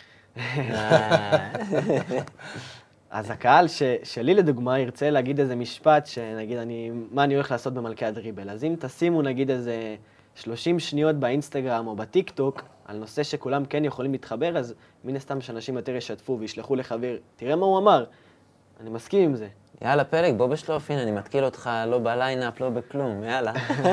אז הקהל שלי לדוגמה ירצה להגיד איזה משפט שנגיד מה אני הולך לעשות במלכי הדריבל. אז אם תשימו נגיד איזה 30 שניות באינסטגרם או בטיק טוק על נושא שכולם כן יכולים להתחבר, אז מן הסתם שאנשים יותר ישתפו וישלחו לחבר, תראה מה הוא אמר, אני מסכים עם זה. יאללה פלג, בוא בשלוף, הנה אני מתקיל אותך לא בליינאפ, לא בכלום, יאללה.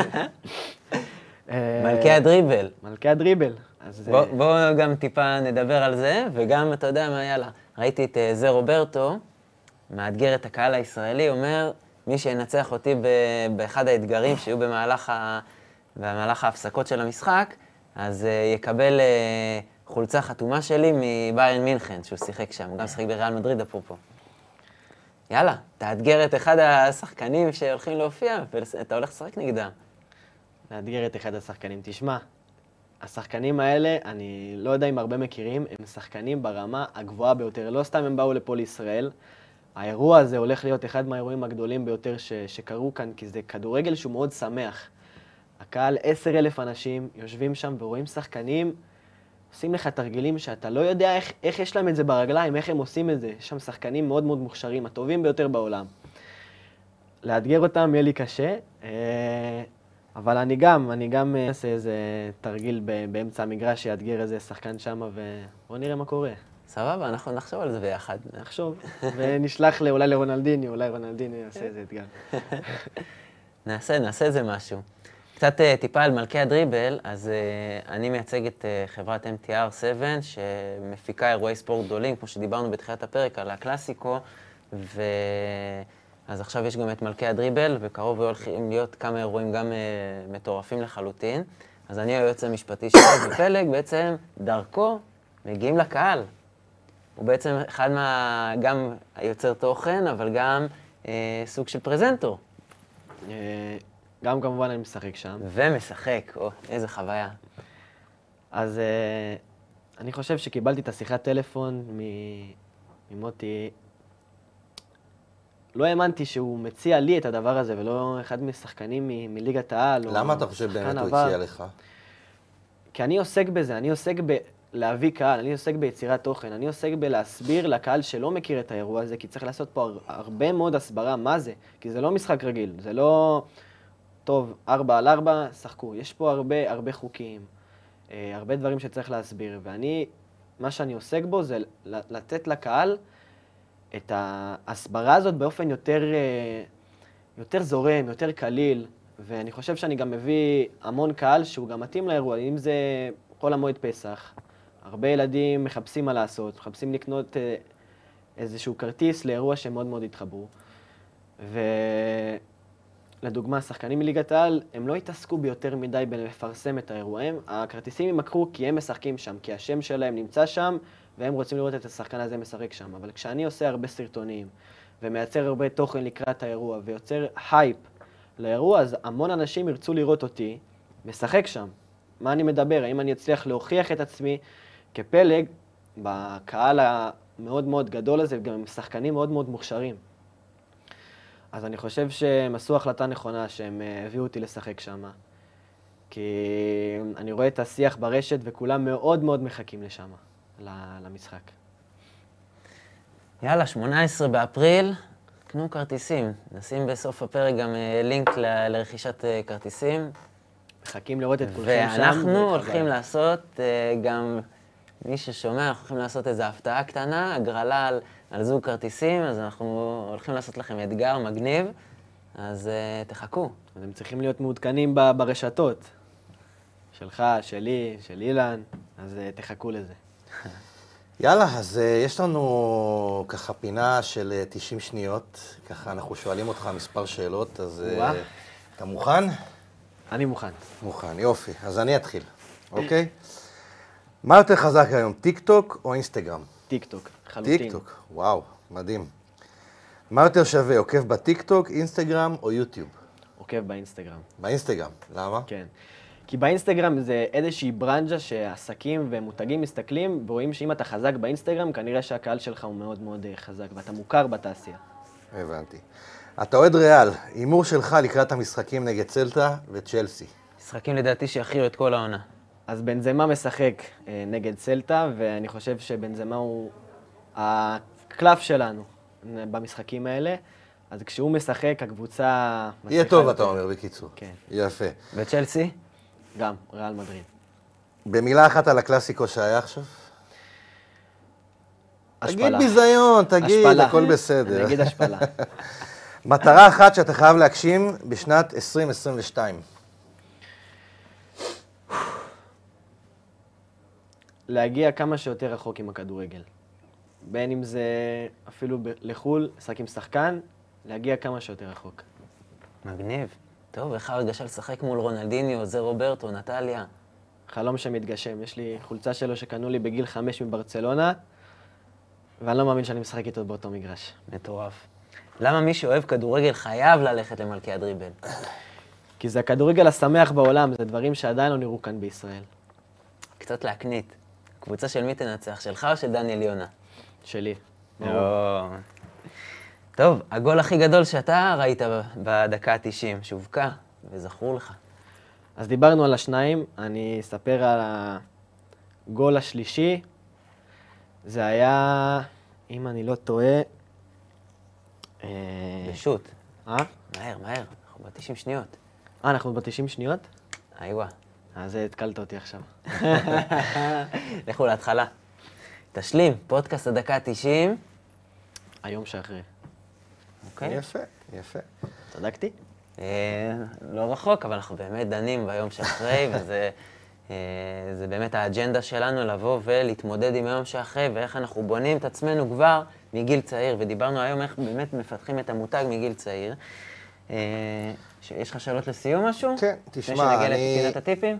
מלכי הדריבל. מלכי הדריבל. בוא גם טיפה נדבר על זה, וגם אתה יודע מה, יאללה. ראיתי את זה רוברטו, מאתגר את הקהל הישראלי, אומר, מי שינצח אותי באחד האתגרים שיהיו במהלך ההפסקות של המשחק, אז יקבל חולצה חתומה שלי מביירן מינכן, שהוא שיחק שם, הוא גם שיחק בריאל מדריד אפרופו. יאללה, תאתגר את אחד השחקנים שהולכים להופיע, ואתה הולך לשחק נגדם. לאתגר את אחד השחקנים, תשמע. השחקנים האלה, אני לא יודע אם הרבה מכירים, הם שחקנים ברמה הגבוהה ביותר. לא סתם הם באו לפה לישראל. האירוע הזה הולך להיות אחד מהאירועים הגדולים ביותר שקרו כאן, כי זה כדורגל שהוא מאוד שמח. הקהל, 10,000 אנשים יושבים שם ורואים שחקנים, עושים לך תרגילים שאתה לא יודע איך יש להם את זה ברגליים, איך הם עושים את זה. יש שם שחקנים מאוד מאוד מוכשרים, הטובים ביותר בעולם. לאתגר אותם יהיה לי קשה. אבל אני גם אעשה איזה תרגיל באמצע המגרש שיאתגר איזה שחקן שם, ובואו נראה מה קורה. סבבה, אנחנו נחשוב על זה ביחד. נחשוב, ונשלח אולי לרונלדיני, אולי רונלדיני יעשה איזה אתגר. נעשה איזה משהו. קצת טיפה על מלכי הדריבל, אז אני מייצג את חברת MTR7, שמפיקה אירועי ספורט גדולים, כמו שדיברנו בתחילת הפרק על הקלאסיקו, אז עכשיו יש גם את מלכי הדריבל, וקרוב הולכים להיות כמה אירועים גם מטורפים לחלוטין. אז אני היועץ המשפטי שלו, ופלג בעצם דרכו מגיעים לקהל. הוא בעצם אחד גם היוצר תוכן, אבל גם סוג של פרזנטור. גם כמובן אני משחק שם. ומשחק, איזה חוויה. אז אני חושב שקיבלתי את השיחת טלפון ממוטי. לא האמנתי שהוא מציע לי את הדבר הזה, ולא אחד משחקנים מליגת העל. למה אתה חושב באמת הוא הציע לך? כי אני עוסק בזה, אני עוסק בלהביא קהל, אני עוסק ביצירת תוכן, אני עוסק בלהסביר לקהל שלא מכיר את האירוע הזה, כי צריך לעשות פה הרבה מאוד הסברה, מה זה? כי זה לא משחק רגיל, זה לא טוב, 4 על 4, שחקו. יש פה הרבה חוקים, הרבה דברים שצריך להסביר, מה שאני עוסק בו זה לתת לקהל את ההסברה הזאת באופן יותר זורם, יותר קליל, ואני חושב שאני גם מביא המון קהל שהוא גם מתאים לאירוע, אם זה חול המועד פסח. הרבה ילדים מחפשים מה לעשות, מחפשים לקנות איזשהו כרטיס לאירוע שהם מאוד מאוד התחברו. ולדוגמה, שחקנים מליגת העל, הם לא התעסקו ביותר מדי בלפרסם את האירוע. הכרטיסים יימכרו כי הם משחקים שם, כי השם שלהם נמצא שם, והם רוצים לראות את השחקן הזה משחק שם. אבל כשאני עושה הרבה סרטונים, ומייצר הרבה תוכן לקראת האירוע, ויוצר הייפ לאירוע, אז המון אנשים ירצו לראות אותי משחק שם. מה אני מדבר? האם אני אצליח להוכיח את עצמי כפלג בקהל המאוד מאוד גדול הזה, וגם עם שחקנים מאוד מאוד מוכשרים. אז אני חושב שהם עשו החלטה נכונה שהם הביאו אותי לשחק שם. כי אני רואה את השיח ברשת וכולם מאוד מאוד מחכים לשם, למשחק. יאללה, 18 באפריל, קנו כרטיסים. נשים בסוף הפרק גם לינק לרכישת כרטיסים. מחכים לראות את כולכם שם. ואנחנו הולכים לעשות, גם מי ששומע, אנחנו הולכים לעשות איזו הפתעה קטנה, הגרלה על זוג כרטיסים, אז אנחנו הולכים לעשות לכם אתגר מגניב, אז תחכו. אז הם צריכים להיות מעודכנים ברשתות. שלך, שלי, של אילן, אז תחכו לזה. יאללה, אז יש לנו ככה פינה של 90 שניות, ככה אנחנו שואלים אותך מספר שאלות, אז אתה מוכן? אני מוכן. מוכן, יופי. אז אני אתחיל, אוקיי? מה יותר חזק היום, טיק טוק או אינסטגרם? טיק טוק, חלוטין. טיק טוק, וואו, מדהים. מה יותר שווה, עוקב בטיק טוק, אינסטגרם או יוטיוב? עוקב באינסטגרם. באינסטגרם, למה? כן. כי באינסטגרם זה איזושהי ברנז'ה שעסקים ומותגים מסתכלים ורואים שאם אתה חזק באינסטגרם, כנראה שהקהל שלך הוא מאוד מאוד חזק ואתה מוכר בתעשייה. הבנתי. אתה אוהד ריאל, הימור שלך לקראת המשחקים נגד צלטה וצ'לסי. משחקים לדעתי שיכריעו את כל העונה. אז בנזמה משחק נגד צלטה, ואני חושב שבנזמה הוא הקלף שלנו במשחקים האלה. אז כשהוא משחק, הקבוצה... יהיה טוב, אתה אומר, בקיצור. כן. יפה. וצ'לסי? גם, ריאל מדריד. במילה אחת על הקלאסיקו שהיה עכשיו? השפלה. תגיד ביזיון, תגיד, השפלה. הכל בסדר. אני אגיד השפלה. מטרה אחת שאתה חייב להגשים בשנת 2022. להגיע כמה שיותר רחוק עם הכדורגל. בין אם זה אפילו לחול, לשחק עם שחקן, להגיע כמה שיותר רחוק. מגניב. טוב, איך הרגשה לשחק מול רונלדיניו, זה רוברטו, נטליה? חלום שמתגשם. יש לי חולצה שלו שקנו לי בגיל 5 מברצלונה, ואני לא מאמין שאני משחק איתו באותו מגרש. מטורף. למה מי שאוהב כדורגל חייב ללכת למלכי הדריבל? כי זה הכדורגל השמח בעולם, זה דברים שעדיין לא נראו כאן בישראל. קצת להקנית. קבוצה של מי תנצח, שלך או של דניאל יונה? שלי. טוב, הגול הכי גדול שאתה ראית בדקה ה-90, שהובקע וזכור לך. אז דיברנו על השניים, אני אספר על הגול השלישי. זה היה, אם אני לא טועה... בשוט. מהר, אנחנו ב-90 שניות. אנחנו ב-90 שניות? איווה. אז התקלת אותי עכשיו. לכו להתחלה. תשלים, פודקאסט הדקה ה-90. היום שאחרי. אוקיי. יפה, יפה. צדקתי? לא רחוק, אבל אנחנו באמת דנים ביום שאחרי, וזה זה באמת האג'נדה שלנו לבוא ולהתמודד עם היום שאחרי, ואיך אנחנו בונים את עצמנו כבר מגיל צעיר, ודיברנו היום איך באמת מפתחים את המותג מגיל צעיר. יש לך שאלות לסיום משהו? כן, תשמע, לפני שנגיע לפינת הטיפים?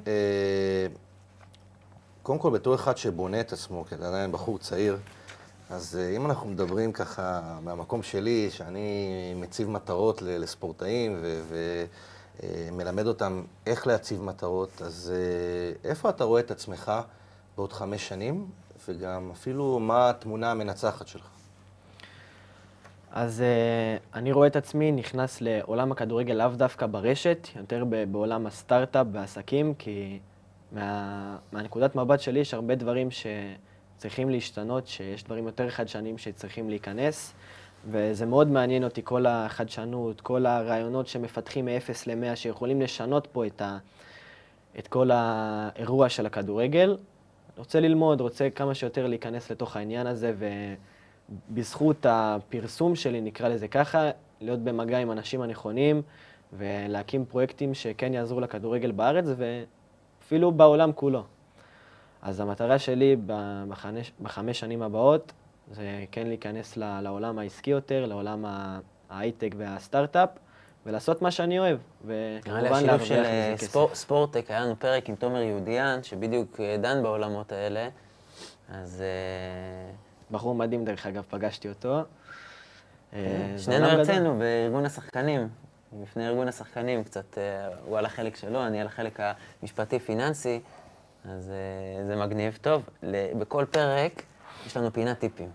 קודם כל, בתור אחד שבונה את עצמו, כי עדיין בחור צעיר, אז אם אנחנו מדברים ככה מהמקום שלי, שאני מציב מטרות לספורטאים מלמד אותם איך להציב מטרות, אז איפה אתה רואה את עצמך בעוד 5 שנים, וגם אפילו מה התמונה המנצחת שלך? אז אני רואה את עצמי נכנס לעולם הכדורגל לאו דווקא ברשת, יותר בעולם הסטארט-אפ והעסקים, כי מהנקודת מבט שלי יש הרבה דברים שצריכים להשתנות, שיש דברים יותר חדשניים שצריכים להיכנס, וזה מאוד מעניין אותי, כל החדשנות, כל הרעיונות שמפתחים מ-0 ל-100, שיכולים לשנות פה את כל האירוע של הכדורגל. רוצה ללמוד, רוצה כמה שיותר להיכנס לתוך העניין הזה, ובזכות הפרסום שלי, נקרא לזה ככה, להיות במגע עם אנשים הנכונים, ולהקים פרויקטים שכן יעזרו לכדורגל בארץ, ואפילו בעולם כולו. אז המטרה שלי ב5 שנים הבאות, זה כן להיכנס לעולם העסקי יותר, לעולם ההייטק והסטארט-אפ, ולעשות מה שאני אוהב, וכמובן להרוויח מזה כסף. ספורטק, היה לנו פרק עם תומר יהודיאן, שבדיוק דן בעולמות האלה, אז... בחור מדהים דרך אגב, פגשתי אותו. שנינו הרצינו בארגון השחקנים, לפני ארגון השחקנים קצת, הוא על החלק שלו, אני על החלק המשפטי-פיננסי, אז זה מגניב. טוב, בכל פרק יש לנו פינת טיפים.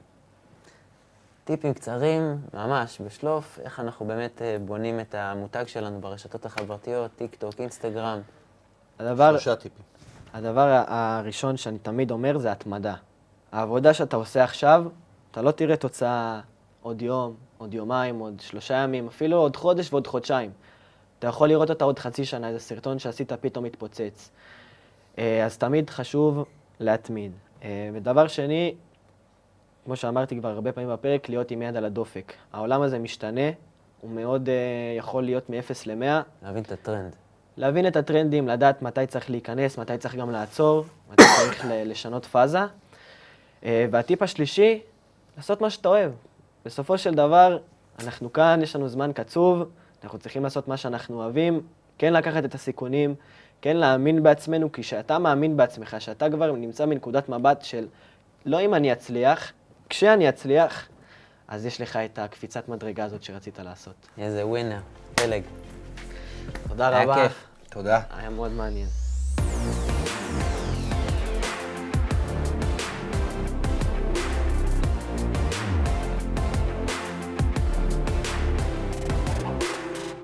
טיפים קצרים, ממש, בשלוף, איך אנחנו באמת בונים את המותג שלנו ברשתות החברתיות, טיק טוק, אינסטגרם. 3 טיפים. הדבר הראשון שאני תמיד אומר זה התמדה. העבודה שאתה עושה עכשיו, אתה לא תראה תוצאה עוד יום, עוד יומיים, עוד 3 ימים, אפילו עוד חודש ועוד חודשיים. אתה יכול לראות אותה עוד חצי שנה, איזה סרטון שעשית פתאום מתפוצץ. אז תמיד חשוב להתמיד. ודבר שני, כמו שאמרתי כבר הרבה פעמים בפרק, להיות עם יד על הדופק. העולם הזה משתנה, הוא מאוד יכול להיות מ-0 ל-100. להבין את הטרנד. להבין את הטרנדים, לדעת מתי צריך להיכנס, מתי צריך גם לעצור, מתי צריך לשנות פאזה. והטיפ השלישי, לעשות מה שאתה אוהב. בסופו של דבר, אנחנו כאן, יש לנו זמן קצוב, אנחנו צריכים לעשות מה שאנחנו אוהבים, כן לקחת את הסיכונים, כן להאמין בעצמנו, כי כשאתה מאמין בעצמך, שאתה כבר נמצא מנקודת מבט של לא אם אני אצליח, כשאני אצליח, אז יש לך את הקפיצת מדרגה הזאת שרצית לעשות. איזה ווינר, פלג. תודה רבה. היה כיף. תודה. היה מאוד מעניין.